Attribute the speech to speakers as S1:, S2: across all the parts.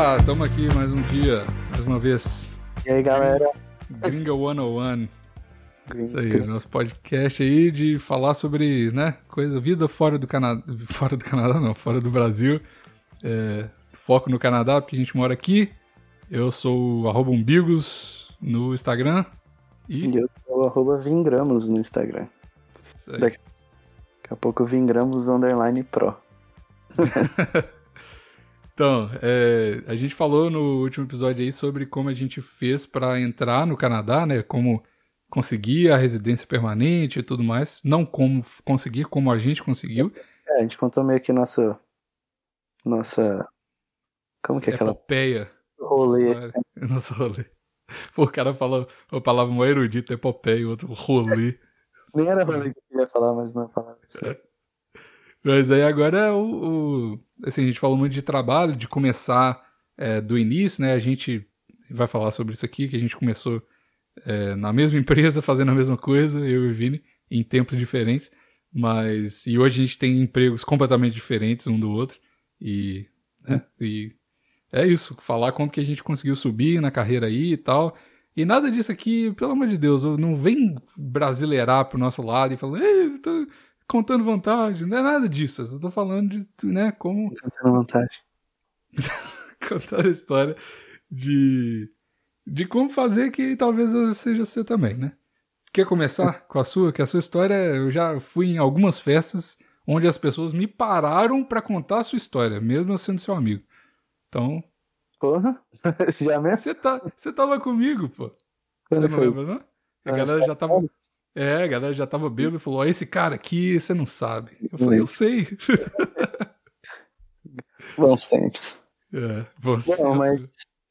S1: Opa, estamos aqui mais um dia, mais uma vez.
S2: E aí, galera?
S1: Gringa 101.
S2: Gringa.
S1: Isso aí, nosso podcast aí de falar sobre, né, vida fora do Canadá. Fora do Canadá não, fora do Brasil. Foco no Canadá, porque a gente mora aqui. Eu sou o @umbigos no Instagram.
S2: E eu sou o @vingramos no Instagram.
S1: Isso aí.
S2: Daqui a pouco Vingramos _pro.
S1: Então, a gente falou no último episódio aí sobre como a gente fez para entrar no Canadá, né? Como conseguir a residência permanente e tudo mais. Não como conseguir, como a gente conseguiu.
S2: A gente contou meio que nossa... Como que é aquela...
S1: Epopeia.
S2: Rolê.
S1: Nosso rolê. Pô, o cara falou uma palavra mó erudita, epopeia, o outro rolê.
S2: Nem era rolê que eu queria falar, mas não falava isso.
S1: Mas aí agora assim, a gente falou muito de trabalho, de começar do início, né? A gente vai falar sobre isso aqui, que a gente começou na mesma empresa, fazendo a mesma coisa, eu e o Vini, em tempos diferentes. E hoje a gente tem empregos completamente diferentes um do outro. E é isso, falar como que a gente conseguiu subir na carreira aí e tal. E nada disso aqui, pelo amor de Deus, não vem brasileirar pro nosso lado e falar, tô contando vantagem, não é nada disso. Eu só tô falando de, né, como...
S2: Contando vantagem.
S1: Contar a história de como fazer que talvez seja você também, né? Quer começar com a sua? Que a sua história, eu já fui em algumas festas onde as pessoas me pararam pra contar a sua história, mesmo eu sendo seu amigo. Então...
S2: Porra, já mesmo?
S1: Você tava comigo, pô.
S2: Quando
S1: Você não
S2: foi?
S1: lembra, não? A galera já tava... a galera já tava bêbada e falou, ó, esse cara aqui, você não sabe. Eu falei, eu sei.
S2: Bons tempos.
S1: Você...
S2: Não, mas...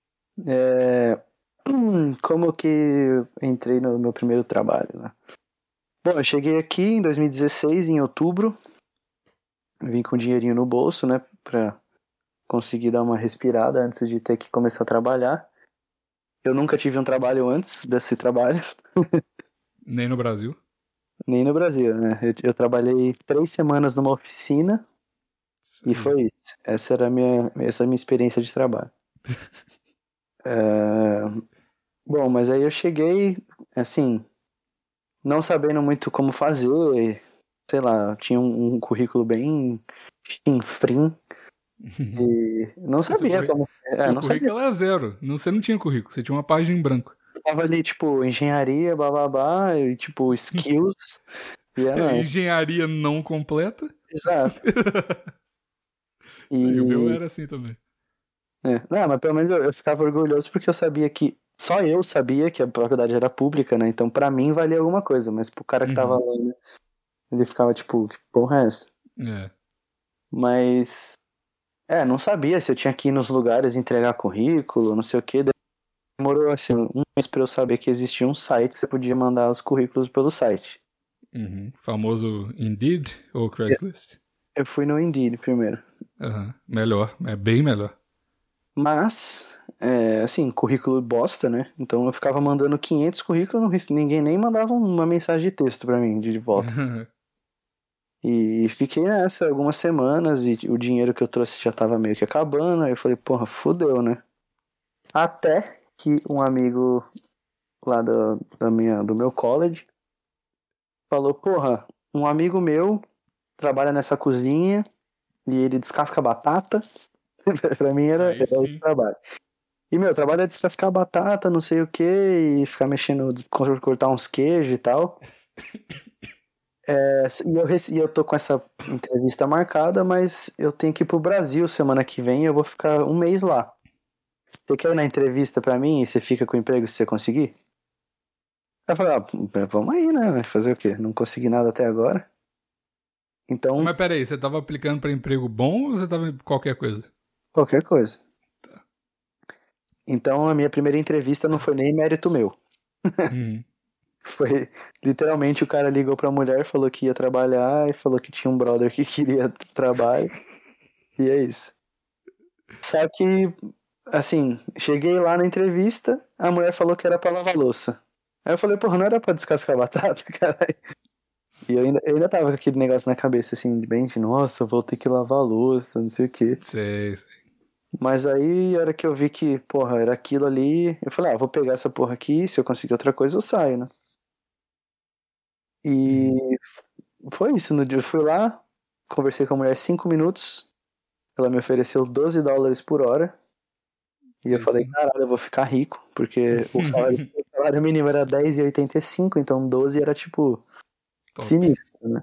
S2: como que eu entrei no meu primeiro trabalho, né? Bom, eu cheguei aqui em 2016, em outubro. Vim com dinheirinho no bolso, né? Pra conseguir dar uma respirada antes de ter que começar a trabalhar. Eu nunca tive um trabalho antes desse trabalho.
S1: Nem no Brasil.
S2: Nem no Brasil, né? Eu trabalhei 3 semanas numa oficina.
S1: Sim.
S2: E foi isso. Essa é a minha experiência de trabalho. Bom, mas aí eu cheguei, assim, não sabendo muito como fazer. Sei lá, tinha um currículo bem chinfrim. E não sabia como...
S1: Seu
S2: não
S1: currículo
S2: sabia.
S1: é zero. Você não tinha currículo, você tinha uma página em branco.
S2: Eu tava ali, tipo, engenharia, bababá, e tipo, skills. E
S1: Engenharia não completa.
S2: Exato.
S1: E o meu era assim também.
S2: Não, mas pelo menos eu ficava orgulhoso porque eu sabia que... Só eu sabia que a faculdade era pública, né? Então pra mim valia alguma coisa. Mas pro cara que tava lá, né? Ele ficava tipo, que porra é essa? Mas... não sabia se eu tinha que ir nos lugares entregar currículo, não sei o quê. Demorou, assim, um mês pra eu saber que existia um site que você podia mandar os currículos pelo site.
S1: Famoso Indeed ou Craigslist?
S2: Eu fui no Indeed primeiro.
S1: Melhor, é bem melhor.
S2: Mas, assim, currículo bosta, né? Então eu ficava mandando 500 currículos, ninguém nem mandava uma mensagem de texto pra mim de volta. E fiquei nessa algumas semanas e o dinheiro que eu trouxe já tava meio que acabando. Aí eu falei, porra, fudeu, né? Até que um amigo lá do meu college falou, porra, um amigo meu trabalha nessa cozinha e ele descasca batata. Pra mim era o trabalho. E meu trabalho é descascar batata, não sei o que, e ficar mexendo, cortar uns queijos e tal. E eu tô com essa entrevista marcada, mas eu tenho que ir pro Brasil semana que vem e eu vou ficar um mês lá. Você quer ir na entrevista pra mim e você fica com o emprego se você conseguir? Eu falei, vamos aí, né? Fazer o quê? Não consegui nada até agora. Então...
S1: Mas peraí, você tava aplicando pra emprego bom ou você tava em qualquer coisa?
S2: Qualquer coisa. Tá. Então a minha primeira entrevista não foi nem mérito meu. Foi, literalmente, o cara ligou pra mulher, falou que ia trabalhar e falou que tinha um brother que queria trabalho. E é isso. Só que, assim, cheguei lá na entrevista, a mulher falou que era pra lavar louça. Aí eu falei, porra, não era pra descascar batata, caralho? E eu ainda tava com aquele negócio na cabeça, assim, bem de, nossa, vou ter que lavar a louça, não sei o quê.
S1: Sei.
S2: Mas aí, a hora que eu vi que, porra, era aquilo ali, eu falei, vou pegar essa porra aqui, se eu conseguir outra coisa, eu saio, né? E foi isso, no dia eu fui lá, conversei com a mulher 5 minutos, ela me ofereceu $12 por hora, e eu falei, caralho, eu vou ficar rico, porque o salário mínimo era R$10,85, então 12 era, tipo, sinistro, né?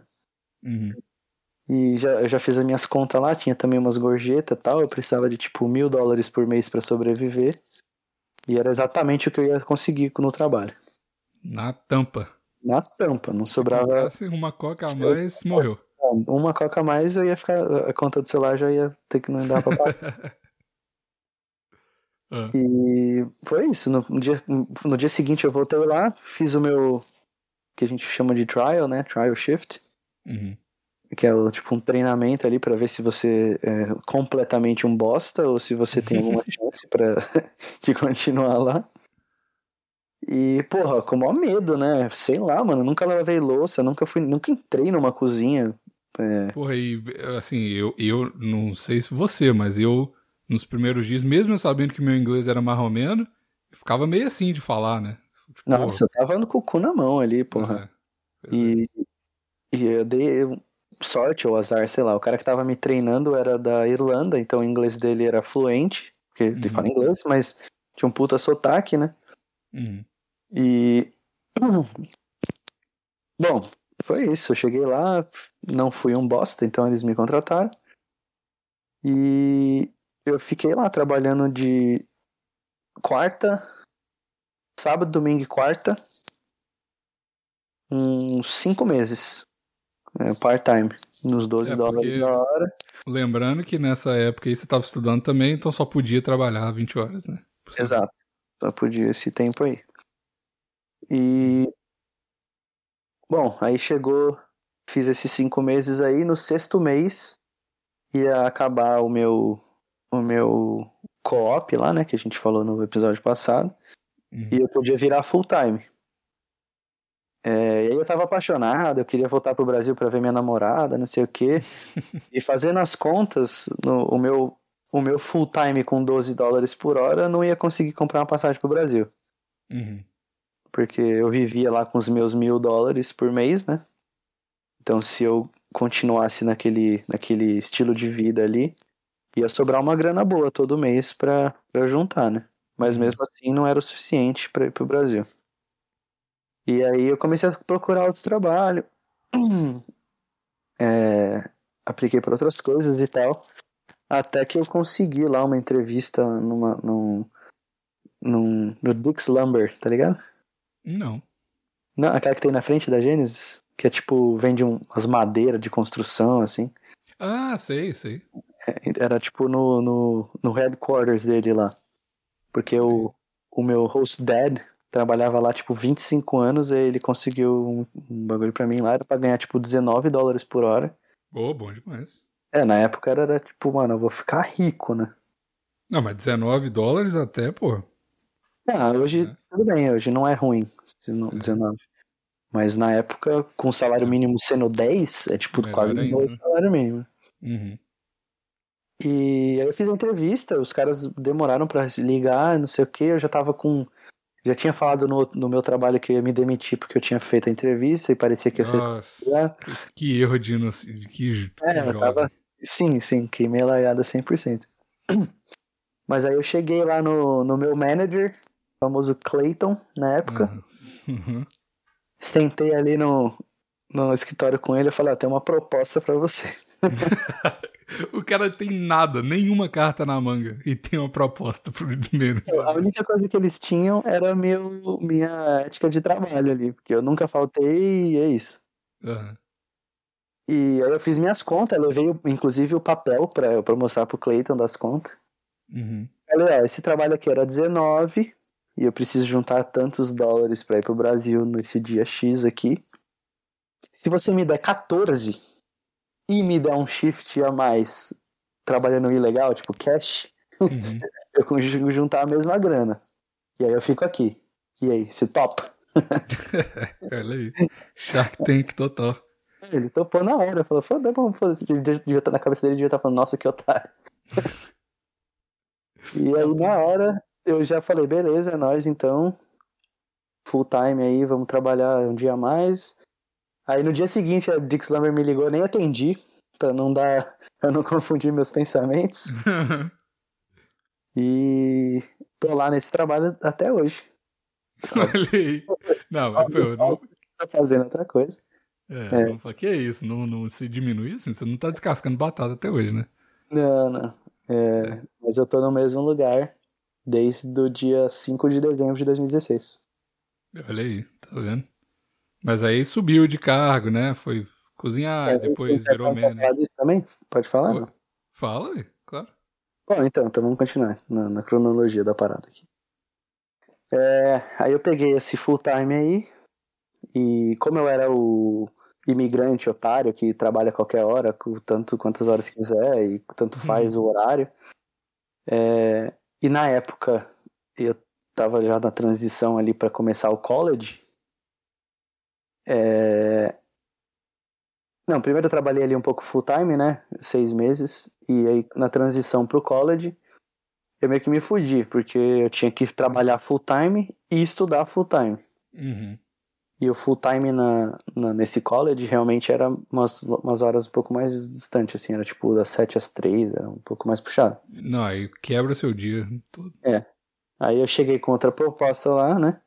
S2: E eu já fiz as minhas contas lá, tinha também umas gorjetas e tal, eu precisava de, tipo, $1.000 por mês pra sobreviver, e era exatamente o que eu ia conseguir no trabalho.
S1: Na tampa.
S2: Na tampa, não
S1: Se
S2: sobrava...
S1: comprasse uma coca a mais, morreu.
S2: Uma coca a mais, eu ia ficar... A conta do celular já ia ter que não dar pra pagar. E foi isso. No dia seguinte eu voltei lá, fiz o meu... que a gente chama de trial, né? Trial shift. Que é tipo um treinamento ali pra ver se você é completamente um bosta ou se você tem alguma chance de continuar lá. E, porra, com o maior medo, né? Sei lá, mano, nunca lavei louça, nunca entrei numa cozinha.
S1: Porra, e assim, eu não sei se você, mas eu, nos primeiros dias, mesmo eu sabendo que meu inglês era marromeno, eu ficava meio assim de falar, né?
S2: Tipo, nossa, eu tava no cu na mão ali, porra. E eu dei sorte ou azar, sei lá. O cara que tava me treinando era da Irlanda, então o inglês dele era fluente, porque ele fala inglês, mas tinha um puta sotaque, né? E... Bom, foi isso. Eu cheguei lá, não fui um bosta, então eles me contrataram. E eu fiquei lá trabalhando de sábado, domingo e quarta, uns 5 meses, part-time, nos $12 a hora.
S1: Lembrando que nessa época aí você estava estudando também, então só podia trabalhar 20 horas, né?
S2: Exato, só podia esse tempo aí. E, bom, aí fiz esses 5 meses aí, no 6º mês ia acabar o meu co-op lá, né, que a gente falou no episódio passado, e eu podia virar full-time. E aí eu tava apaixonado, eu queria voltar pro Brasil pra ver minha namorada, não sei o quê. E fazendo as contas, o meu full-time com $12 por hora não ia conseguir comprar uma passagem pro Brasil. Porque eu vivia lá com os meus $1.000 por mês, né? Então se eu continuasse naquele estilo de vida ali, ia sobrar uma grana boa todo mês pra eu juntar, né? Mas mesmo assim não era o suficiente pra ir pro Brasil. E aí eu comecei a procurar outro trabalho. Apliquei para outras coisas e tal. Até que eu consegui lá uma entrevista no Dix Lumber, tá ligado?
S1: Não.
S2: Não, aquela que tem na frente da Gênesis, que é tipo, vende umas madeiras de construção, assim.
S1: Ah, sei.
S2: Era tipo no headquarters dele lá. Porque o meu host dad trabalhava lá tipo 25 anos e ele conseguiu um bagulho pra mim lá, era pra ganhar tipo $19 por hora.
S1: Bom demais.
S2: Na época era tipo, mano, eu vou ficar rico, né?
S1: Não, mas $19 até, pô.
S2: Hoje tudo bem, hoje não é ruim, 19. Mas na época, com o salário mínimo sendo 10, é tipo quase o salário mínimo. E aí eu fiz a entrevista, os caras demoraram pra ligar, não sei o que, eu já tava já tinha falado no meu trabalho que eu ia me demitir porque eu tinha feito a entrevista e parecia que eu
S1: ia... que erro de que jovem.
S2: Eu tava... Sim, queimei a largada 100%. Mas aí eu cheguei lá no meu manager, o famoso Clayton, na época. Sentei ali no escritório com ele e falei, tem uma proposta pra você.
S1: O cara tem nada, nenhuma carta na manga e tem uma proposta pro primeiro.
S2: A única coisa que eles tinham era minha ética de trabalho ali, porque eu nunca faltei e é isso. E aí eu fiz minhas contas, levei inclusive o papel pra mostrar pro Clayton das contas. Falei, esse trabalho aqui era 19 e eu preciso juntar tantos dólares pra ir pro Brasil nesse dia X aqui. Se você me der 14 e me der um shift a mais trabalhando ilegal, tipo cash, eu consigo juntar a mesma grana. E aí eu fico aqui. E aí, você topa?
S1: Olha aí. Shark Tank total.
S2: Ele topou na hora, falou, foda-se, na cabeça dele devia estar falando, nossa, que otário. E aí, na hora, eu já falei, beleza, é nóis, então. Full time aí, vamos trabalhar um dia a mais. Aí no dia seguinte a Dix Lumber me ligou, eu nem atendi, pra não dar. Eu não confundir meus pensamentos. E tô lá nesse trabalho até hoje.
S1: Olha aí. Não, mas pô, eu não.
S2: Tô fazendo outra coisa.
S1: Não fala, que é isso? Não se diminui assim? Você não tá descascando batata até hoje, né?
S2: Não. Mas eu tô no mesmo lugar desde o dia 5 de dezembro de 2016.
S1: Olha aí, tá vendo? Mas aí subiu de cargo, né? Foi cozinhar, depois virou manager.
S2: Isso também? Pode falar, não?
S1: Fala, ué, claro.
S2: Bom, então vamos continuar na cronologia da parada aqui. Aí eu peguei esse full time aí, e como eu era o imigrante otário que trabalha a qualquer hora, tanto quantas horas quiser, e tanto faz o horário, e na época eu tava já na transição ali para começar o college. Não, primeiro eu trabalhei ali um pouco full time, né? 6 meses, e aí na transição pro college eu meio que me fudi, porque eu tinha que trabalhar full time e estudar full time.
S1: Uhum.
S2: E o full time nesse college realmente era umas horas um pouco mais distantes, assim, era tipo das 7 às 3, era um pouco mais puxado.
S1: Não, aí quebra seu dia todo.
S2: Aí eu cheguei com outra proposta lá, né?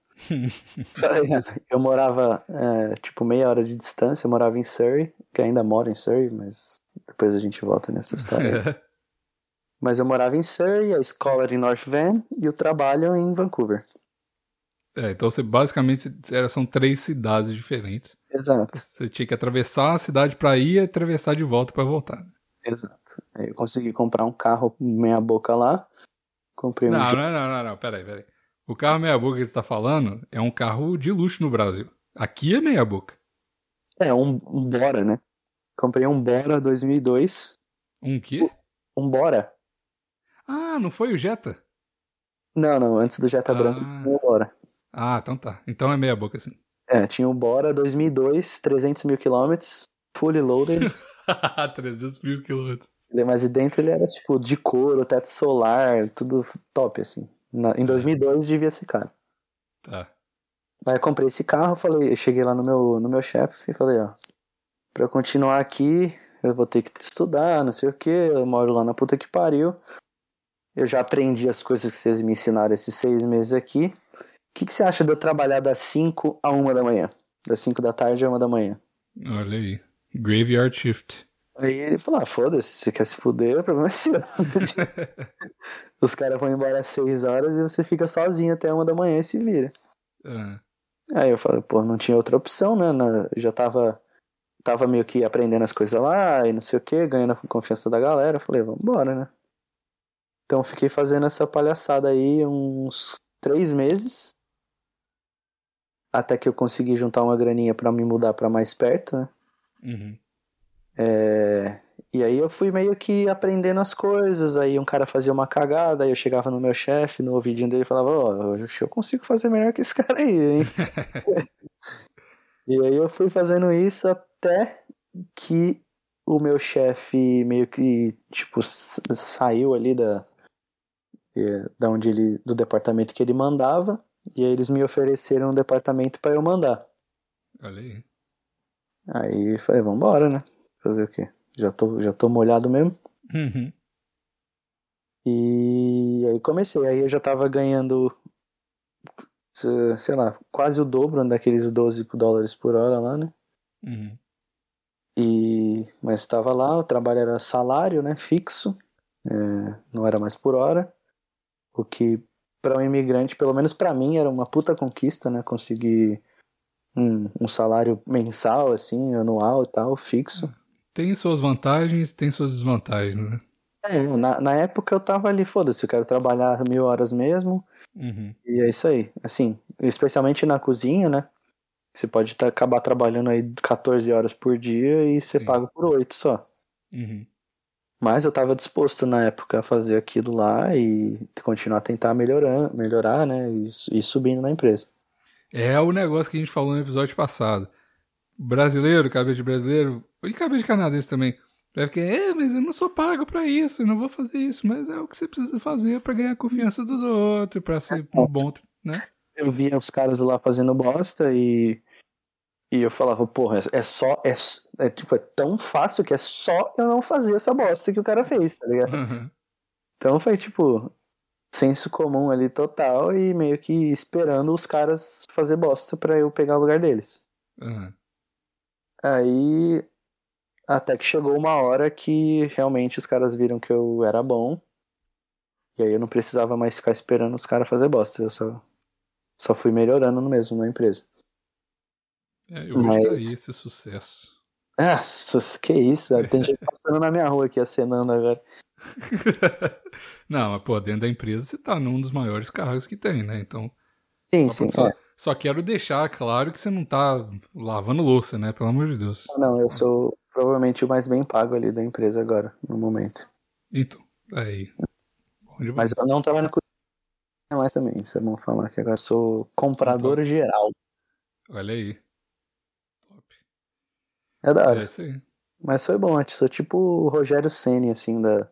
S2: Eu morava, tipo, meia hora de distância, eu morava em Surrey, que ainda moro em Surrey, mas depois a gente volta nessa história. Mas eu morava em Surrey, a escola era em North Van e o trabalho em Vancouver.
S1: Então você basicamente são 3 cidades diferentes.
S2: Exato.
S1: Você tinha que atravessar a cidade pra ir e atravessar de volta pra voltar.
S2: Exato. Aí eu consegui comprar um carro meia boca lá. Comprei
S1: Não, peraí. O carro meia boca que você tá falando é um carro de luxo no Brasil. Aqui é meia boca.
S2: Um Bora, né? Comprei um Bora 2002.
S1: Um quê?
S2: Um Bora.
S1: Ah, não foi o Jetta?
S2: Não, antes do Jetta branco tinha o Bora.
S1: Ah, então tá. Então é meia boca, sim.
S2: Tinha o Bora 2002, 300 mil quilômetros, fully loaded.
S1: 300 mil quilômetros.
S2: Mas dentro ele era tipo de couro, teto solar, tudo top, assim. Em 2002 devia ser caro.
S1: Tá.
S2: Aí eu comprei esse carro, eu cheguei lá no meu chefe e falei, ó, pra eu continuar aqui, eu vou ter que estudar, não sei o que, eu moro lá na puta que pariu. Eu já aprendi as coisas que vocês me ensinaram esses 6 meses aqui. O que você acha de eu trabalhar das 5 a 1 da manhã? Das 5 da tarde a 1 da manhã.
S1: Olha aí. Graveyard Shift.
S2: Aí ele falou, foda-se, você quer se fuder, o problema é seu. Os caras vão embora às 6 horas e você fica sozinho até 1 da manhã e se vira. Aí eu falei, não tinha outra opção, né? Já tava meio que aprendendo as coisas lá e não sei o que, ganhando a confiança da galera. Eu falei, vamos embora, né? Então fiquei fazendo essa palhaçada aí uns 3 meses. Até que eu consegui juntar uma graninha pra me mudar pra mais perto, né?
S1: Uhum.
S2: E aí eu fui meio que aprendendo as coisas. Aí um cara fazia uma cagada, aí eu chegava no meu chefe, no ouvidinho dele e falava, eu consigo fazer melhor que esse cara aí, hein? E aí eu fui fazendo isso até que o meu chefe meio que, tipo, saiu ali do departamento que ele mandava, e aí eles me ofereceram um departamento pra eu mandar.
S1: Olha aí.
S2: Aí falei, vambora, né? Fazer o quê? Já tô molhado mesmo.
S1: Uhum.
S2: E aí comecei. Aí eu já tava ganhando, sei lá, quase o dobro daqueles $12 por hora lá, né?
S1: Uhum.
S2: Mas estava lá, o trabalho era salário, né? Fixo. Não era mais por hora. O que para um imigrante, pelo menos para mim, era uma puta conquista, né? Conseguir um salário mensal, assim, anual e tal, fixo.
S1: Tem suas vantagens, tem suas desvantagens, né?
S2: Na época eu tava ali, foda-se, eu quero trabalhar 1.000 horas mesmo.
S1: Uhum.
S2: E é isso aí. Assim, especialmente na cozinha, né? Você pode acabar trabalhando aí 14 horas por dia e ser pago por 8 só.
S1: Uhum.
S2: Mas eu tava disposto na época a fazer aquilo lá e continuar a tentar melhorar, né? E subindo na empresa.
S1: É o negócio que a gente falou no episódio passado. Brasileiro, cabeça de brasileiro, e cabeça de canadense também, É porque, mas eu não sou pago pra isso, eu não vou fazer isso, mas é o que você precisa fazer pra ganhar a confiança dos outros, pra ser um bom, né?
S2: Eu via os caras lá fazendo bosta e eu falava, porra, tipo, é tão fácil que é só eu não fazer essa bosta que o cara fez, tá ligado?
S1: Uhum.
S2: Então foi, tipo, senso comum ali total e meio que esperando os caras fazer bosta pra eu pegar o lugar deles.
S1: Uhum.
S2: Aí, até que chegou uma hora que realmente os caras viram que eu era bom. E aí eu não precisava mais ficar esperando os caras fazer bosta. Eu só fui melhorando no mesmo na empresa.
S1: Eu vejo que
S2: Mas,
S1: aí esse sucesso.
S2: que isso, tem gente passando na minha rua aqui acenando agora.
S1: Não, mas pô, dentro da empresa você tá num dos maiores cargos que tem, né? Então,
S2: Sim, sim,
S1: só quero deixar claro que você não tá lavando louça, né? Pelo amor de Deus.
S2: Não, eu sou provavelmente o mais bem pago ali da empresa agora, no momento.
S1: Então, aí. Bom demais.
S2: Mas eu não trabalho na cozinha mais também, isso é bom falar, que agora eu sou comprador
S1: Top.
S2: geral.
S1: Olha aí. Top.
S2: É da hora.
S1: É isso aí.
S2: Mas foi bom, eu sou tipo o Rogério Ceni assim, da...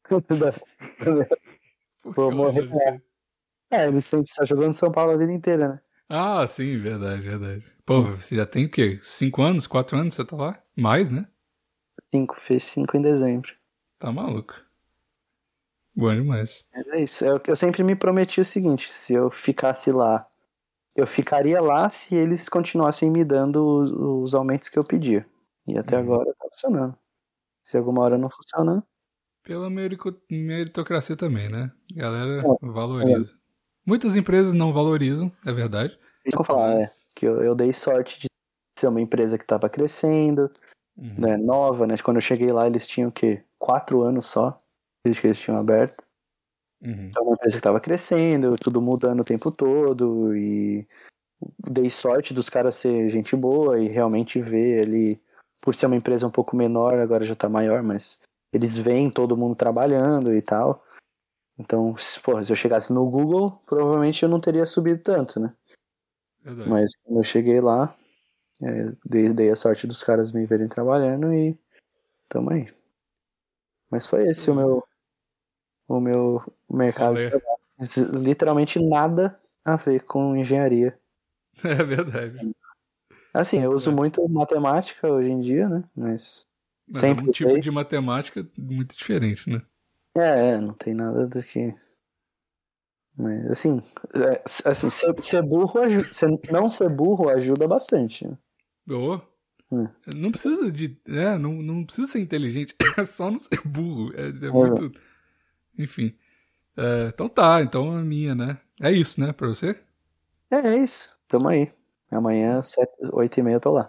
S1: Por que
S2: Vou
S1: o
S2: morrer.
S1: Rogério Ceni?
S2: Ele sempre está jogando São Paulo a vida inteira, né?
S1: Ah, sim, verdade, verdade. Pô, você já tem o quê? 5 anos, 4 anos você tá lá? Mais, né?
S2: Fez 5 em dezembro.
S1: Tá maluco. Bom demais.
S2: Mas é isso. Eu sempre me prometi o seguinte: se eu ficasse lá, eu ficaria lá se eles continuassem me dando os aumentos que eu pedia. E até agora tá funcionando. Se alguma hora não funcionar.
S1: Pela meritocracia também, né? A galera valoriza. Muitas empresas não valorizam, é verdade.
S2: Isso que eu vou falar, que eu dei sorte de ser uma empresa que estava crescendo, né, nova, né? Quando eu cheguei lá, eles tinham o quê? 4 anos só, desde que eles tinham aberto. Então, uma empresa que estava crescendo, tudo mudando o tempo todo, e dei sorte dos caras ser gente boa e realmente ver ali, por ser uma empresa um pouco menor, agora já tá maior, mas eles veem todo mundo trabalhando e tal. Então, se eu chegasse no Google, provavelmente eu não teria subido tanto, né?
S1: Verdade.
S2: Mas quando eu cheguei lá, dei a sorte dos caras me verem trabalhando e tamo aí. Mas foi esse o meu mercado de trabalho. Literalmente nada a ver com engenharia.
S1: É verdade.
S2: Assim, eu uso muito matemática hoje em dia, né? Mas
S1: É
S2: sempre
S1: um tipo
S2: usei.
S1: de matemática muito diferente, né?
S2: Não tem nada do que... Mas, assim, ser burro não ser burro ajuda bastante. Né?
S1: Oh, não precisa de. Não precisa ser inteligente, é só não ser burro. É muito. Enfim. Então tá, então a minha, né? É isso, né, pra você?
S2: É isso. Tamo aí. Amanhã, 8h30 eu tô lá.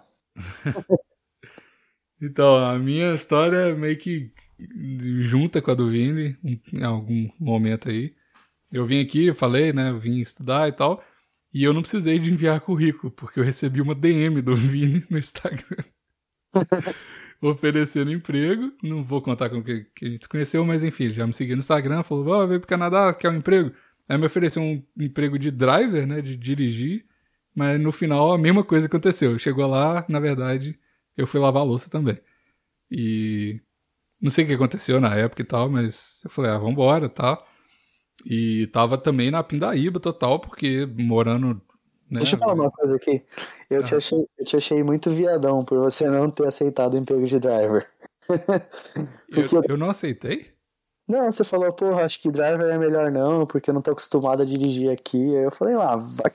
S1: Então, a minha história é meio que junta com a do Vini em algum momento aí. Eu vim aqui, eu falei, né? Eu vim estudar e tal. E eu não precisei de enviar currículo, porque eu recebi uma DM do Vini no Instagram. Oferecendo emprego. Não vou contar como que a gente se conheceu, mas enfim, já me seguiu no Instagram, falou, veio pro Canadá, quer um emprego? Aí me ofereceu um emprego de driver, né? De dirigir. Mas no final a mesma coisa aconteceu. Chegou lá, na verdade, eu fui lavar a louça também. E não sei o que aconteceu na época e tal, mas eu falei, vambora e tal. E tava também na pindaíba total, porque morando, né?
S2: Deixa eu falar uma coisa aqui. Eu te achei muito viadão por você não ter aceitado o emprego de driver.
S1: Eu não aceitei?
S2: Não, você falou, porra, acho que driver é melhor não, porque eu não tô acostumado a dirigir aqui. Aí eu falei, vai.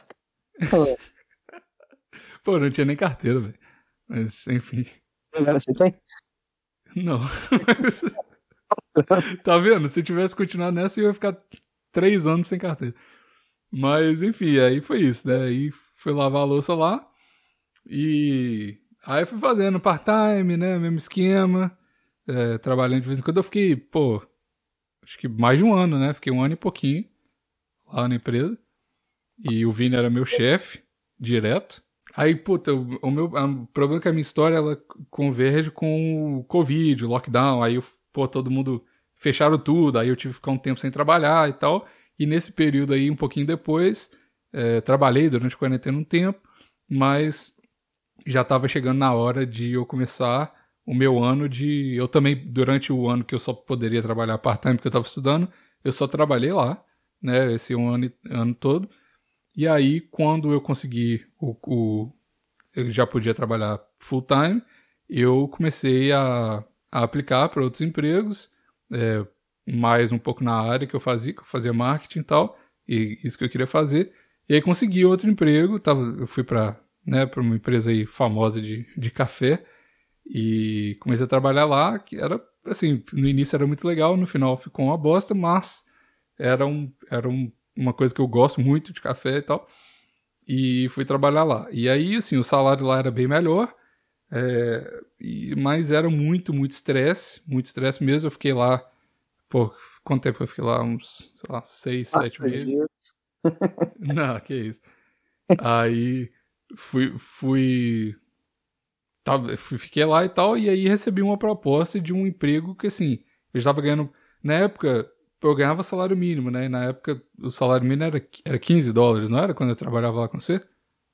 S1: Pô, não tinha nem carteira, velho. Mas, enfim.
S2: Agora você tem?
S1: Não. Tá vendo? Se eu tivesse continuado nessa, eu ia ficar 3 anos sem carteira. Mas, enfim, aí foi isso, né? Aí fui lavar a louça lá. E aí fui fazendo part-time, né? Mesmo esquema. Trabalhando de vez em quando. Eu fiquei, acho que mais de um ano, né? Fiquei 1 ano e pouquinho lá na empresa. E o Vini era meu chefe, direto. Aí, puta, o problema é que a minha história, ela converge com o Covid, o lockdown. Aí, todo mundo fecharam tudo. Aí eu tive que ficar um tempo sem trabalhar e tal. E nesse período aí, um pouquinho depois, trabalhei durante a quarentena um tempo. Mas já tava chegando na hora de eu começar o meu ano de... Eu também, durante o ano que eu só poderia trabalhar part-time, porque eu estava estudando, eu só trabalhei lá, né, esse ano todo. E aí, quando eu consegui eu já podia trabalhar full-time, eu comecei a aplicar para outros empregos, mais um pouco na área que eu fazia marketing e tal, e isso que eu queria fazer. E aí consegui outro emprego, eu fui para uma empresa aí famosa de café, e comecei a trabalhar lá, que era, assim, no início era muito legal, no final ficou uma bosta, mas era uma coisa que eu gosto muito de café e tal, e fui trabalhar lá. E aí, assim, o salário lá era bem melhor, mas era muito estresse mesmo. Eu fiquei lá, quanto tempo eu fiquei lá? Uns, sei lá, 6, 7 meses. Não, que isso. Aí fiquei lá e tal, e aí recebi uma proposta de um emprego que, assim, eu estava ganhando, na época, eu ganhava salário mínimo, né, e na época o salário mínimo era $15, não era, quando eu trabalhava lá com você?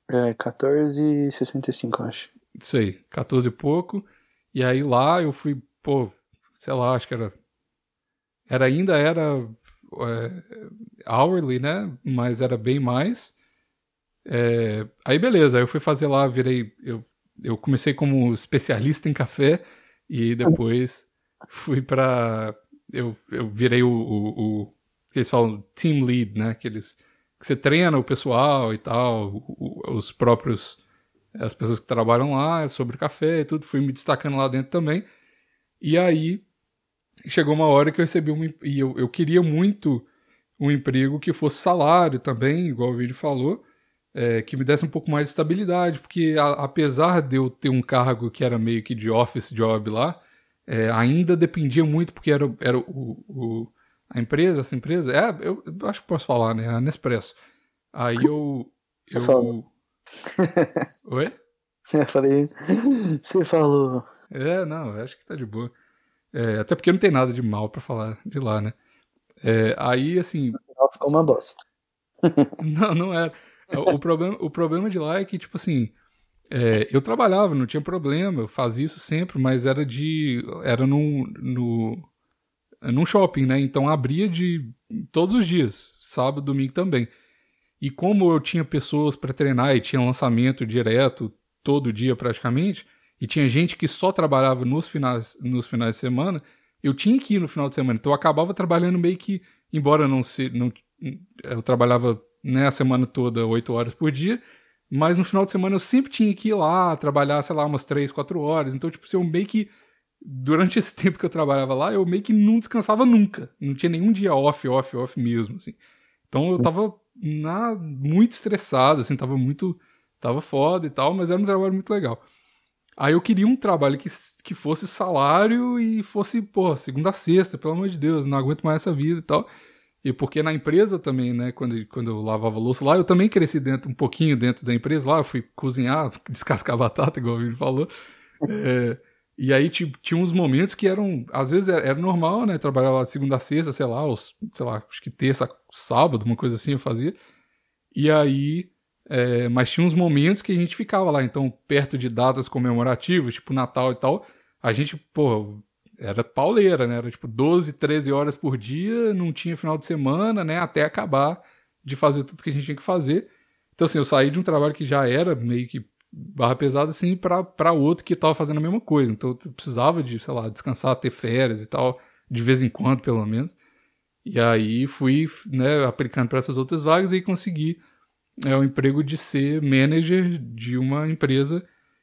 S2: 14,65, acho.
S1: Isso aí, 14 e pouco, e aí lá eu fui, sei lá, acho que ainda era hourly, né, mas era bem mais. Aí beleza, aí eu fui fazer lá, eu comecei como especialista em café e depois fui eu virei o que eles falam team lead, né, que você treina o pessoal e tal, as pessoas que trabalham lá sobre café e tudo, fui me destacando lá dentro também. E aí chegou uma hora que eu recebi e eu queria muito um emprego que fosse salário também, igual o vídeo falou, que me desse um pouco mais de estabilidade, porque apesar de eu ter um cargo que era meio que de office job lá, ainda dependia muito, porque era essa empresa, eu acho que posso falar, né, a Nespresso. Aí
S2: Você falou.
S1: Oi?
S2: Eu falei, você falou.
S1: Não, acho que tá de boa. Até porque não tem nada de mal pra falar de lá, né? Aí, assim...
S2: Ficou uma bosta.
S1: Não era. O problema de lá é que, tipo assim, eu trabalhava, não tinha problema, eu fazia isso sempre, mas era num shopping, né? Então abria todos os dias, sábado, domingo também. E como eu tinha pessoas para treinar e tinha lançamento direto todo dia praticamente, e tinha gente que só trabalhava nos finais de semana, eu tinha que ir no final de semana. Então eu acabava trabalhando meio que, embora eu trabalhava, né, a semana toda 8 horas por dia, mas no final de semana eu sempre tinha que ir lá trabalhar, sei lá, umas 3, 4 horas. Então, tipo, eu meio que, durante esse tempo que eu trabalhava lá, eu meio que não descansava nunca. Não tinha nenhum dia off mesmo, assim. Então eu tava muito estressado, assim, tava foda e tal, mas era um trabalho muito legal. Aí eu queria um trabalho que fosse salário e fosse, segunda a sexta, pelo amor de Deus, não aguento mais essa vida e tal. E porque na empresa também, né, quando eu lavava louça lá, eu também cresci um pouquinho dentro da empresa lá, eu fui cozinhar, descascar batata, igual o Vini falou. E aí tinha uns momentos que às vezes era normal, né, trabalhar lá de segunda a sexta, sei lá, acho que terça, sábado, uma coisa assim eu fazia. E aí, mas tinha uns momentos que a gente ficava lá, então perto de datas comemorativas, tipo Natal e tal, a gente, era pauleira, né, era tipo 12, 13 horas por dia, não tinha final de semana, né, até acabar de fazer tudo que a gente tinha que fazer. Então assim, eu saí de um trabalho que já era meio que barra pesada, assim, pra outro que tava fazendo a mesma coisa. Então eu precisava de, sei lá, descansar, ter férias e tal, de vez em quando, pelo menos. E aí fui, né, aplicando para essas outras vagas e consegui o emprego de ser manager de uma empresa,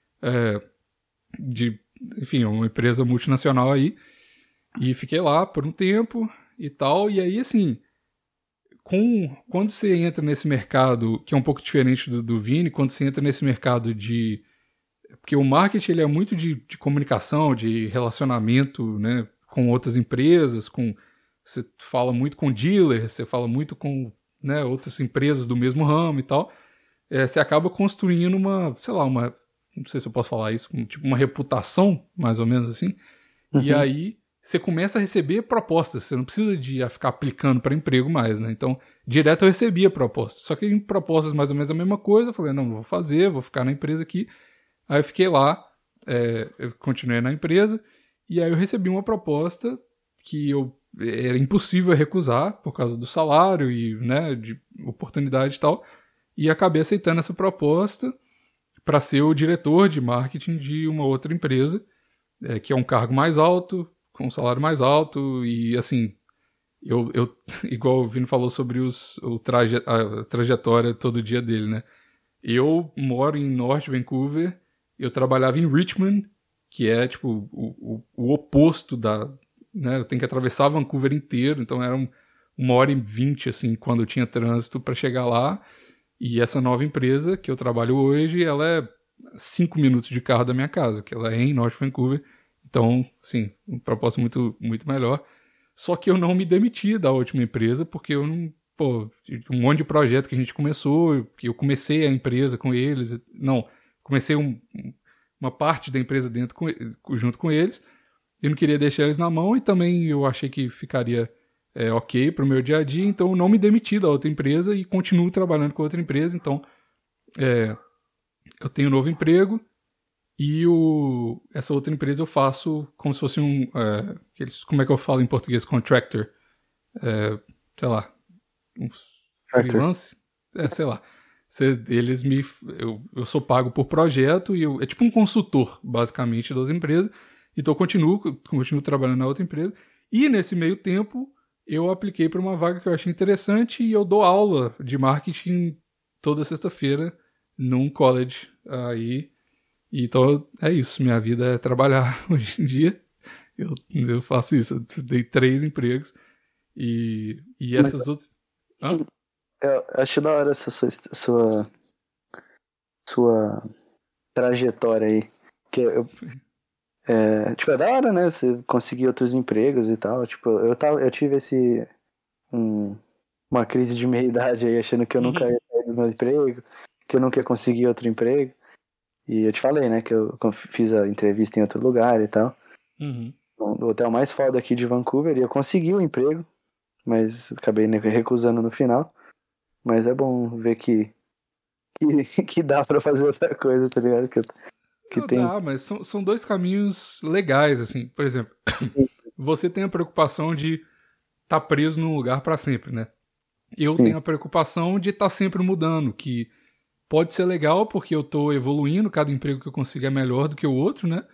S1: enfim, uma empresa multinacional aí. E fiquei lá por um tempo e tal. E aí, assim, quando você entra nesse mercado, que é um pouco diferente do Vini, quando você entra nesse mercado porque o marketing ele é muito de comunicação, de relacionamento, né, com outras empresas, você fala muito com dealers, você fala muito com, né, outras empresas do mesmo ramo e tal. Você acaba construindo sei lá, não sei se eu posso falar isso, tipo uma reputação, mais ou menos assim. Uhum. E aí você começa a receber propostas, você não precisa de ficar aplicando para emprego mais, né? Então, direto eu recebia propostas. Só que em propostas mais ou menos a mesma coisa, eu falei, não, vou ficar na empresa aqui. Aí eu fiquei lá eu continuei na empresa, e aí eu recebi uma proposta que era impossível recusar por causa do salário e, né, de oportunidade e tal, e acabei aceitando essa proposta para ser o diretor de marketing de uma outra empresa, que é um cargo mais alto, com um salário mais alto, e assim, eu igual o Vini falou sobre a trajetória todo dia dele, né? Eu moro em North Vancouver, eu trabalhava em Richmond, que é tipo o oposto né? Eu tenho que atravessar Vancouver inteiro, então era 1h20, assim, quando eu tinha trânsito para chegar lá. E essa nova empresa que eu trabalho hoje, ela é 5 minutos de carro da minha casa, que ela é em North Vancouver. Então, assim, um propósito muito, muito melhor. Só que eu não me demiti da última empresa, porque eu não... Pô, um monte de projeto que a gente começou, que eu comecei a empresa com eles. Não, comecei uma parte da empresa junto com eles. Eu não queria deixar eles na mão e também eu achei que ficaria ok para o meu dia a dia, então eu não me demiti da outra empresa e continuo trabalhando com outra empresa. Então, eu tenho um novo emprego e essa outra empresa eu faço como se fosse como é que eu falo em português? Contractor. Sei lá, um freelance? Sei lá. Eu sou pago por projeto e é tipo um consultor, basicamente, das empresas. Então eu continuo trabalhando na outra empresa. E nesse meio tempo, eu apliquei para uma vaga que eu achei interessante e eu dou aula de marketing toda sexta-feira num college. Então é isso, minha vida é trabalhar hoje em dia. Eu faço isso, eu dei 3 empregos. E essas outras... Hã?
S2: Eu acho da hora essa sua trajetória aí. Que tipo, é da hora, né? Você conseguir outros empregos e tal. Tipo, eu tive uma crise de meia-idade aí, achando que eu nunca ia sair do meu emprego, que eu nunca ia conseguir outro emprego. E eu te falei, né? Que eu fiz a entrevista em outro lugar e tal. No hotel mais foda aqui de Vancouver, e eu consegui o emprego, mas acabei recusando no final. Mas é bom ver que dá pra fazer outra coisa, tá ligado?
S1: Dá, mas são 2 caminhos legais, assim. Por exemplo, você tem a preocupação de estar preso num lugar pra sempre, né? Eu tenho a preocupação de estar sempre mudando, que pode ser legal porque eu tô evoluindo, cada emprego que eu consigo é melhor do que o outro, né?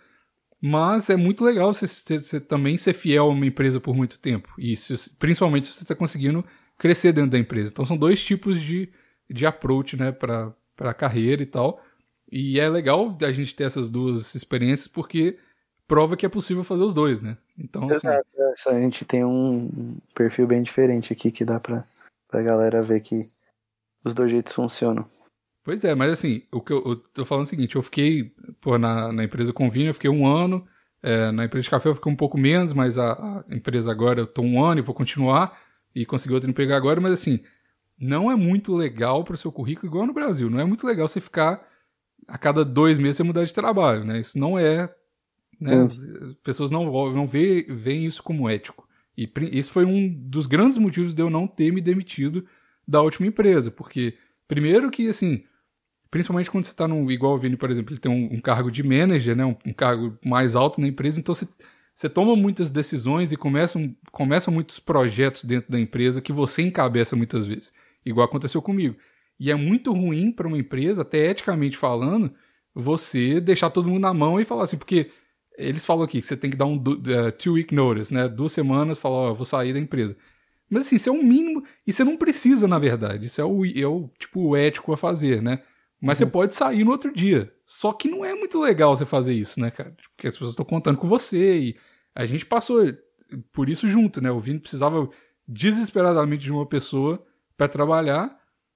S1: Mas é muito legal você também ser fiel a uma empresa por muito tempo. E principalmente se você está conseguindo crescer dentro da empresa. Então são 2 tipos de approach, né, para a carreira e tal. E é legal a gente ter essas 2 experiências porque prova que é possível fazer os 2, né? Então,
S2: exato, a gente tem um perfil bem diferente aqui que dá pra galera ver que os 2 jeitos funcionam.
S1: Pois é, mas assim, o que eu tô falando é o seguinte, eu fiquei, na empresa Convínio, eu fiquei 1 ano, na empresa de café eu fiquei um pouco menos, mas a empresa agora eu tô 1 ano e vou continuar e conseguir outro emprego agora, mas assim, não é muito legal pro seu currículo, igual no Brasil, não é muito legal você ficar a cada 2 meses você mudar de trabalho, né? Isso não é, né? As pessoas não veem isso como ético. E isso foi um dos grandes motivos de eu não ter me demitido da última empresa, porque primeiro que, assim, principalmente quando você está igual o Vini, por exemplo, ele tem um cargo de manager, né? Um cargo mais alto na empresa, então você toma muitas decisões e começam muitos projetos dentro da empresa que você encabeça muitas vezes, igual aconteceu comigo. E é muito ruim para uma empresa, até eticamente falando, você deixar todo mundo na mão e falar assim, porque eles falam aqui que você tem que dar um 2-week notice, né? 2 semanas, falar, eu vou sair da empresa. Mas assim, isso é um mínimo, e você não precisa, na verdade, isso é o tipo ético a fazer, né? Mas você pode sair no outro dia. Só que não é muito legal você fazer isso, né, cara? Porque as pessoas estão contando com você e a gente passou por isso junto, né? O Vini precisava desesperadamente de uma pessoa para trabalhar.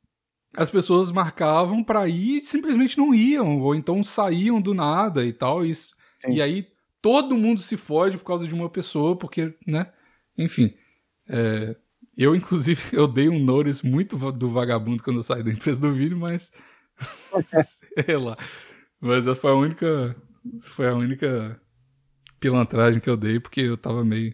S1: As pessoas marcavam para ir e simplesmente não iam, ou então saíam do nada e tal. E aí todo mundo se fode por causa de uma pessoa, porque, né? Enfim. Eu, inclusive, eu dei um notice muito do vagabundo quando eu saí da empresa do Vini, mas... sei lá. Mas essa foi a única pilantragem que eu dei, porque eu tava meio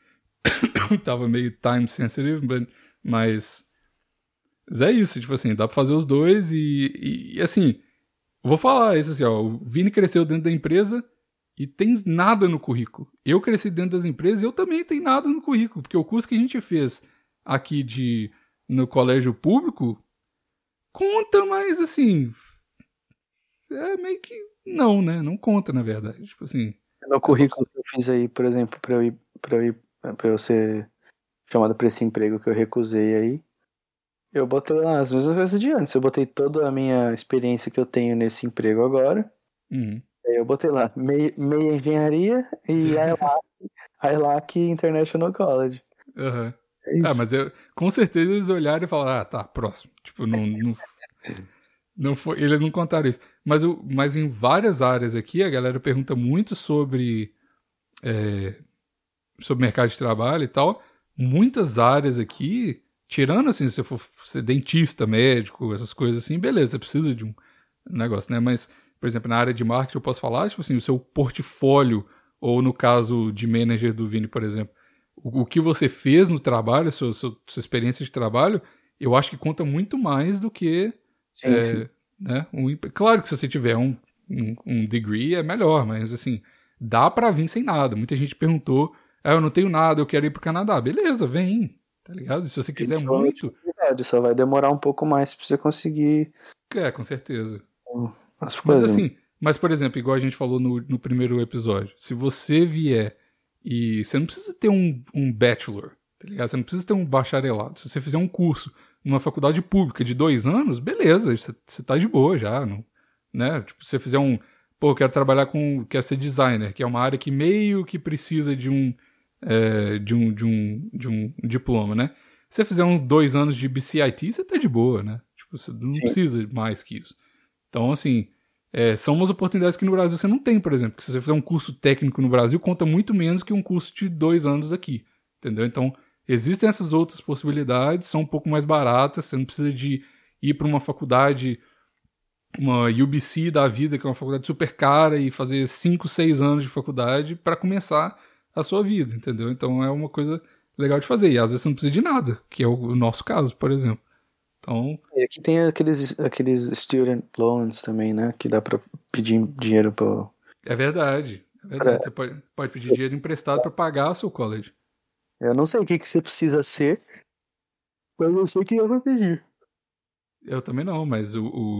S1: time sensitive, mas é isso, tipo assim, dá pra fazer os 2 e assim, Vou falar isso assim, ó. O Vini cresceu dentro da empresa e tem nada no currículo. Eu cresci dentro das empresas e eu também tenho nada no currículo, porque o curso que a gente fez aqui no colégio público conta, mas assim, é meio que não, né? Não conta, na verdade. Tipo assim.
S2: No currículo que eu fiz aí, por exemplo, pra eu ser chamado pra esse emprego que eu recusei aí, eu botei lá as mesmas coisas de antes. Eu botei toda a minha experiência que eu tenho nesse emprego agora.
S1: Uhum.
S2: Aí eu botei lá, meia engenharia e ILAC International College.
S1: Uhum.
S2: É isso.
S1: Mas com certeza eles olharam e falaram, tá, próximo. Tipo, não foi, eles não contaram isso. Mas em várias áreas aqui, a galera pergunta muito sobre mercado de trabalho e tal. Muitas áreas aqui, tirando assim, se você for ser dentista, médico, essas coisas assim, beleza, você precisa de um negócio, né? Mas, por exemplo, na área de marketing eu posso falar, tipo assim, o seu portfólio, ou no caso de manager do Vini, por exemplo, o que você fez no trabalho, sua experiência de trabalho, eu acho que conta muito mais do que...
S2: Sim.
S1: Né? Claro que se você tiver um degree é melhor, mas assim, dá pra vir sem nada. Muita gente perguntou, eu não tenho nada, eu quero ir pro Canadá. Beleza, vem, tá ligado? Se você quiser muito...
S2: Só vai demorar um pouco mais pra você conseguir...
S1: com certeza.
S2: As coisas.
S1: Mas assim, por exemplo, igual a gente falou no primeiro episódio, se você vier e você não precisa ter um bachelor, tá ligado? Você não precisa ter um bacharelado. Se você fizer um curso numa faculdade pública de 2 anos, beleza, você tá de boa já, não, né? Tipo, se você fizer eu quero trabalhar quero ser designer, que é uma área que meio que precisa de um diploma, né? Se você fizer uns 2 anos de BCIT, você tá de boa, né? Tipo, você não precisa mais que isso. Então, assim, são umas oportunidades que no Brasil você não tem, por exemplo. Que se você fizer um curso técnico no Brasil, conta muito menos que um curso de 2 anos aqui, entendeu? Então, existem essas outras possibilidades, são um pouco mais baratas, você não precisa de ir para uma faculdade, uma UBC da vida, que é uma faculdade super cara, e fazer 5, 6 anos de faculdade para começar a sua vida, entendeu? Então é uma coisa legal de fazer, e às vezes você não precisa de nada, que é o nosso caso, por exemplo. Então...
S2: E aqui tem aqueles student loans também, né? Que dá pra pedir dinheiro pro...
S1: É verdade. Você pode pedir dinheiro emprestado para pagar o seu college.
S2: Eu não sei o que você precisa ser, mas eu sei que eu vou pedir.
S1: Eu também não, mas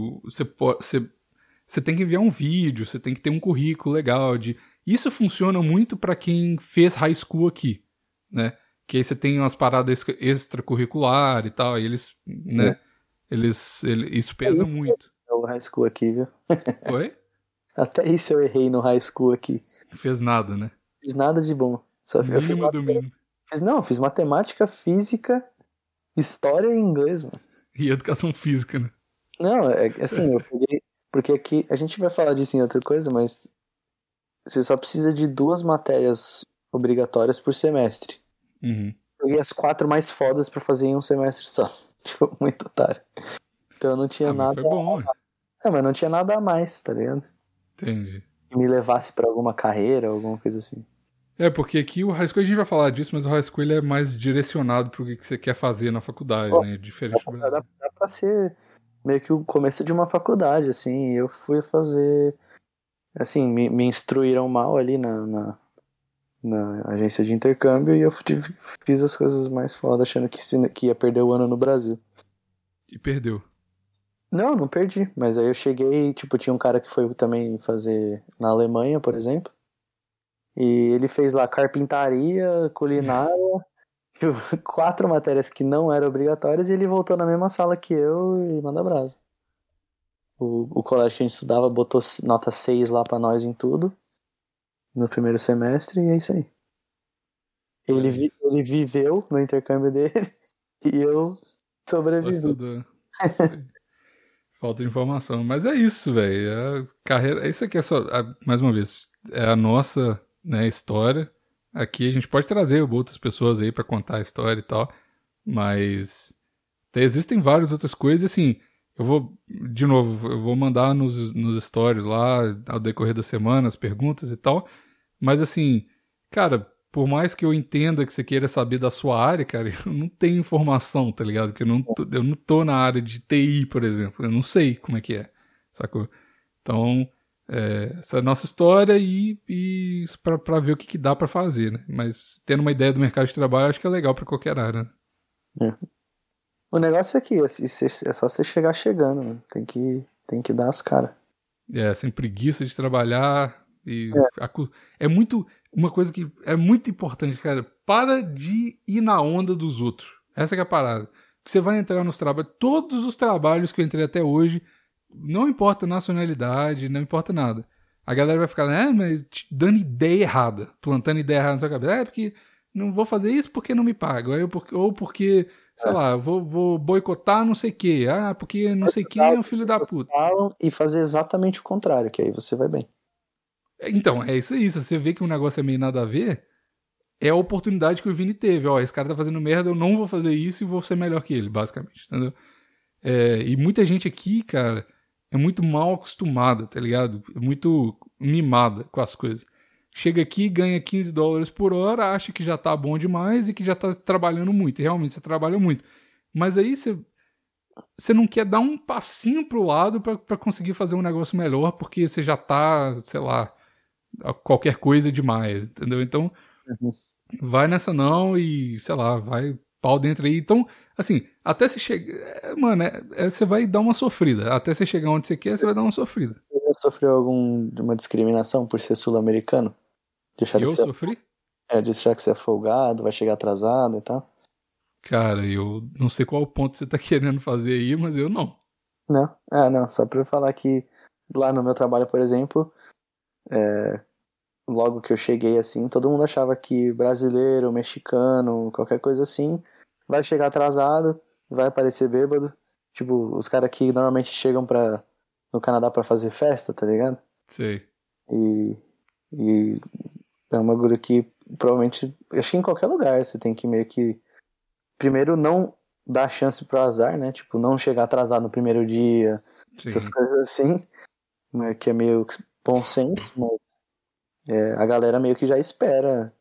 S1: você tem que enviar um vídeo, você tem que ter um currículo legal. Isso funciona muito para quem fez high school aqui, né? Que aí você tem umas paradas extracurricular e tal, e eles, né? Isso pesa muito.
S2: É o high school aqui, viu?
S1: Oi?
S2: Até isso eu errei no high school aqui.
S1: Não fez nada, né?
S2: Fiz nada de bom.
S1: Eu
S2: fiz matemática, física, história e inglês, mano.
S1: E educação física, né?
S2: Não, assim, eu peguei... Porque aqui, a gente vai falar disso em outra coisa, mas você só precisa de 2 matérias obrigatórias por semestre.
S1: Uhum.
S2: Eu peguei as 4 mais fodas pra fazer em um semestre só. Tipo, muito otário. Então eu não tinha nada...
S1: Mas foi bom,
S2: mas não tinha nada a mais, tá ligado?
S1: Entendi.
S2: Que me levasse pra alguma carreira, alguma coisa assim.
S1: Porque aqui o high school, a gente vai falar disso, mas o high school ele é mais direcionado pro que você quer fazer na faculdade, né? Diferente do Brasil.
S2: Dá pra ser meio que o começo de uma faculdade, assim. Eu fui fazer... Assim, me instruíram mal ali na agência de intercâmbio e eu fiz as coisas mais fodas, achando que ia perder o ano no Brasil.
S1: E perdeu.
S2: Não perdi. Mas aí eu cheguei, tipo, tinha um cara que foi também fazer na Alemanha, por exemplo. E ele fez lá carpintaria, culinária, 4 matérias que não eram obrigatórias, e ele voltou na mesma sala que eu e manda brasa. O colégio que a gente estudava botou nota 6 lá pra nós em tudo, no primeiro semestre, e é isso aí. Ele viveu no intercâmbio dele, e eu sobrevivi.
S1: Falta de informação. Mas é isso, velho. A carreira. Isso aqui é só. Mais uma vez, é a nossa, né, história. Aqui a gente pode trazer outras pessoas aí pra contar a história e tal. Mas existem várias outras coisas. Assim, eu vou mandar nos stories lá ao decorrer da semana as perguntas e tal. Mas assim, cara, por mais que eu entenda que você queira saber da sua área, cara, eu não tenho informação, tá ligado? Porque eu não tô na área de TI, por exemplo. Eu não sei como é que é, sacou? Então, essa é a nossa história e para ver o que dá para fazer, né? Mas tendo uma ideia do mercado de trabalho, acho que é legal para qualquer área, né?
S2: O negócio é que é só você chegar chegando, né? Tem que dar as caras.
S1: Sem preguiça de trabalhar. É muito. Uma coisa que é muito importante, cara. Para de ir na onda dos outros. Essa que é a parada. Você vai entrar nos trabalhos. Todos os trabalhos que eu entrei até hoje, não importa nacionalidade, não importa nada. A galera vai ficar, mas dando ideia errada. Plantando ideia errada na sua cabeça. Porque não vou fazer isso porque não me pagam. Ou porque. Sei lá, vou boicotar não sei o quê. Porque não sei quem é um filho da puta.
S2: E fazer exatamente o contrário, que aí você vai bem.
S1: Então, é isso aí. Se você vê que um negócio é meio nada a ver, é a oportunidade que o Vini teve. Esse cara tá fazendo merda, eu não vou fazer isso e vou ser melhor que ele, basicamente. Entendeu? E muita gente aqui, cara, é muito mal acostumada, tá ligado? É muito mimada com as coisas. Chega aqui, ganha $15 por hora, acha que já tá bom demais e que já tá trabalhando muito. E realmente você trabalha muito. Mas aí você não quer dar um passinho pro lado pra conseguir fazer um negócio melhor, porque você já tá, sei lá, qualquer coisa demais, entendeu? Então, vai nessa não e, sei lá, vai pau dentro aí. Então, assim, até você chegar... Mano, você vai dar uma sofrida. Até você chegar onde você quer, você vai dar uma sofrida.
S2: Você já sofreu alguma discriminação por ser sul-americano?
S1: Eu sofri?
S2: De achar que você é folgado, vai chegar atrasado e tal?
S1: Cara, eu não sei qual ponto você tá querendo fazer aí, mas eu não.
S2: Não? Não. Só pra eu falar que lá no meu trabalho, por exemplo, logo que eu cheguei assim, todo mundo achava que brasileiro, mexicano, qualquer coisa assim, vai chegar atrasado, vai aparecer bêbado. Tipo, os caras que normalmente chegam no Canadá pra fazer festa, tá ligado?
S1: Sei.
S2: E é uma bagulho que provavelmente, acho que em qualquer lugar você tem que meio que primeiro não dar chance pro azar, né? Tipo, não chegar atrasado no primeiro dia,
S1: Sim.
S2: essas coisas assim, que é meio bom senso, mas a galera meio que já espera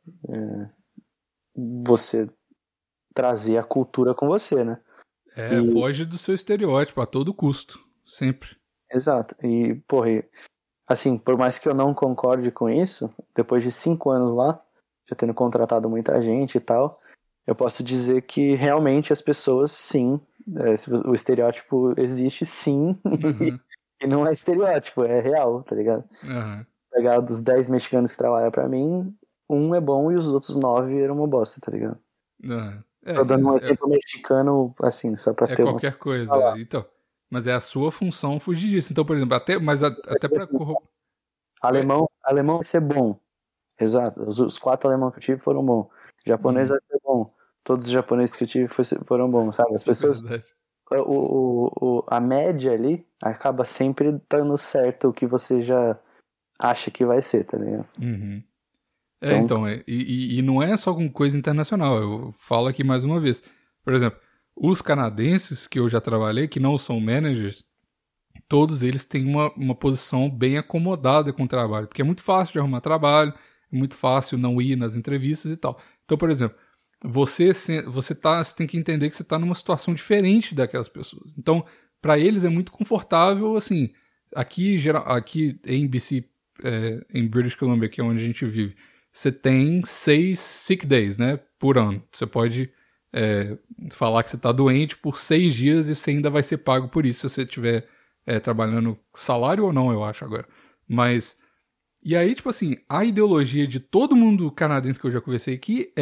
S2: você trazer a cultura com você, né?
S1: Foge do seu estereótipo a todo custo, sempre.
S2: Exato. E, porra, assim, por mais que eu não concorde com isso, depois de 5 anos lá, já tendo contratado muita gente e tal, eu posso dizer que realmente as pessoas, sim, o estereótipo existe, sim, e não é estereótipo, é real, tá ligado? Pegar dos 10 mexicanos que trabalham pra mim, um é bom e os outros 9 eram uma bosta, tá ligado? Tô dando um exemplo mexicano, assim, só pra ter
S1: qualquer coisa, então. Mas é a sua função fugir disso. Então, por exemplo, até pra...
S2: Alemão vai ser bom. Exato. Os 4 alemães que eu tive foram bons. Japonês vai ser bom. Todos os japoneses que eu tive foram bons, sabe? As pessoas... a média ali acaba sempre dando certo o que você já acha que vai ser, tá ligado?
S1: E não é só com coisa internacional. Eu falo aqui mais uma vez. Por exemplo, os canadenses que eu já trabalhei, que não são managers, todos eles têm uma posição bem acomodada com o trabalho, porque é muito fácil de arrumar trabalho, é muito fácil não ir nas entrevistas e tal. Então, por exemplo, você tem que entender que você está numa situação diferente daquelas pessoas. Então, para eles é muito confortável, assim, aqui em BC, em British Columbia, que é onde a gente vive, você tem 6 sick days, né, por ano. Você pode falar que você está doente por 6 dias e você ainda vai ser pago por isso, se você estiver trabalhando salário ou não, eu acho agora. Mas, e aí, tipo assim, a ideologia de todo mundo canadense que eu já conversei aqui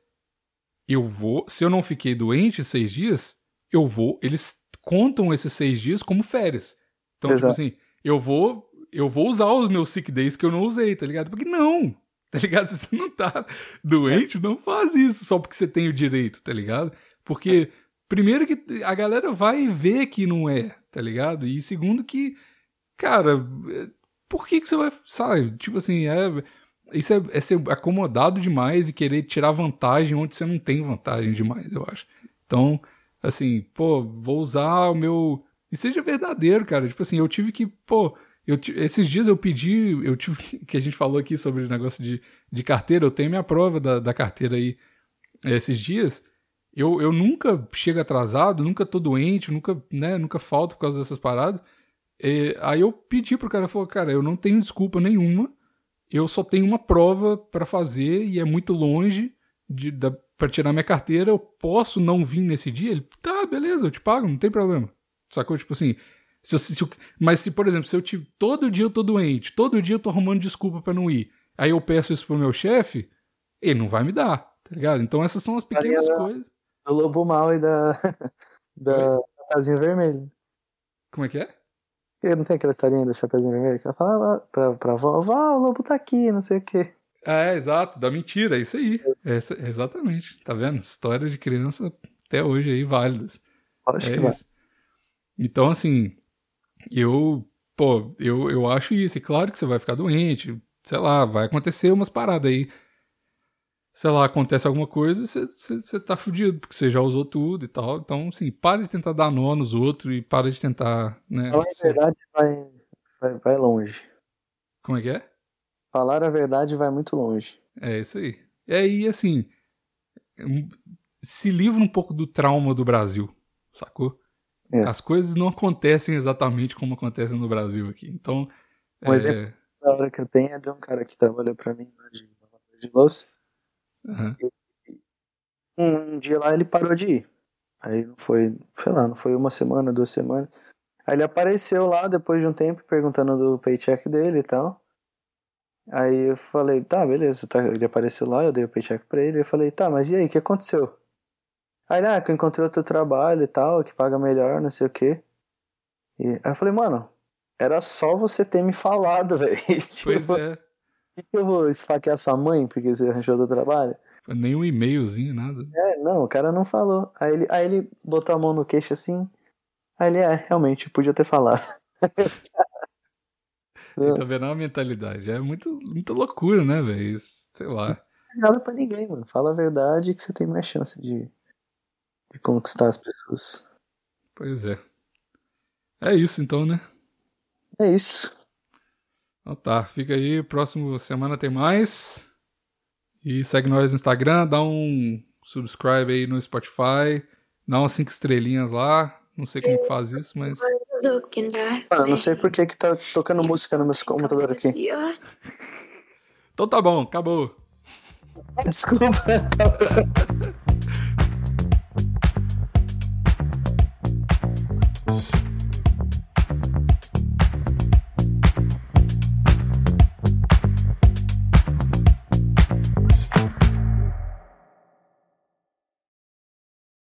S1: se eu não fiquei doente 6 dias, eles contam esses 6 dias como férias. Então, Exato. Tipo assim, eu vou usar os meus sick days que eu não usei, tá ligado? Porque não, tá ligado? Se você não tá doente, não faz isso só porque você tem o direito, tá ligado? Porque, primeiro que a galera vai ver que não tá ligado? E segundo que, cara, por que você vai, sabe? Tipo assim, isso é ser acomodado demais e querer tirar vantagem onde você não tem vantagem demais, eu acho. Então, assim, vou usar o meu... E seja verdadeiro, cara. Tipo assim, eu tive que, esses dias eu tive que a gente falou aqui sobre o negócio de carteira, eu tenho minha prova da carteira aí esses dias. Eu nunca chego atrasado, nunca tô doente, nunca falto por causa dessas paradas. Aí eu pedi pro cara, falou, cara, eu não tenho desculpa nenhuma, eu só tenho uma prova pra fazer e é muito longe pra tirar minha carteira, eu posso não vir nesse dia? Ele, tá, beleza, eu te pago, não tem problema. Sacou? Tipo assim, mas se, por exemplo, se todo dia eu tô doente, todo dia eu tô arrumando desculpa pra não ir, aí eu peço isso pro meu chefe, ele não vai me dar, tá ligado? Então essas são as pequenas coisas.
S2: Do Lobo Mal e da Chapeuzinho Vermelho.
S1: Como é que é?
S2: Não tem aquela historinha do Chapeuzinho Vermelho que ela falava pra avó, o lobo tá aqui, não sei o quê.
S1: Exato, da mentira, é isso aí. Exatamente, tá vendo? História de criança até hoje aí válidas.
S2: Acho que
S1: isso. Então, assim, eu acho isso. E claro que você vai ficar doente, sei lá, vai acontecer umas paradas aí. Sei lá, acontece alguma coisa e você tá fudido, porque você já usou tudo e tal. Então, assim, para de tentar dar nó nos outros e para de tentar, né?
S2: Falar a verdade vai longe.
S1: Como é que é?
S2: Falar a verdade vai muito longe.
S1: É isso aí. E aí, assim, se livra um pouco do trauma do Brasil, sacou? As coisas não acontecem exatamente como acontecem no Brasil aqui. Então,
S2: um exemplo da hora que eu tenho é de um cara que trabalhou pra mim de louça.
S1: Uhum.
S2: Um dia lá ele parou de ir. Aí não foi, sei lá, não foi 1 semana, 2 semanas. Aí ele apareceu lá depois de um tempo perguntando do paycheck dele e tal. Aí eu falei, tá, beleza, tá. Ele apareceu lá, eu dei o paycheck pra ele. Eu falei, tá, mas e aí, o que aconteceu? Aí ele, que eu encontrei outro trabalho e tal, que paga melhor, não sei o quê. Aí eu falei, mano, era só você ter me falado, velho.
S1: Pois é.
S2: Por que eu vou esfaquear sua mãe porque você arranjou do trabalho?
S1: Nem um e-mailzinho, nada.
S2: Não, o cara não falou. Aí ele botou a mão no queixo assim. Aí ele, realmente, podia ter falado.
S1: Tá vendo a mentalidade? É muita loucura, né, velho? Sei lá.
S2: Não é nada pra ninguém, mano. Fala a verdade que você tem mais chance de conquistar as pessoas.
S1: Pois é. É isso então, né?
S2: É isso.
S1: Então tá, fica aí. Próxima semana tem mais. E segue nós no Instagram, dá um subscribe aí no Spotify, dá umas 5 estrelinhas lá. Não sei como que faz isso, mas...
S2: Não sei por que tá tocando música no meu computador aqui.
S1: Então tá bom, acabou.
S2: Desculpa.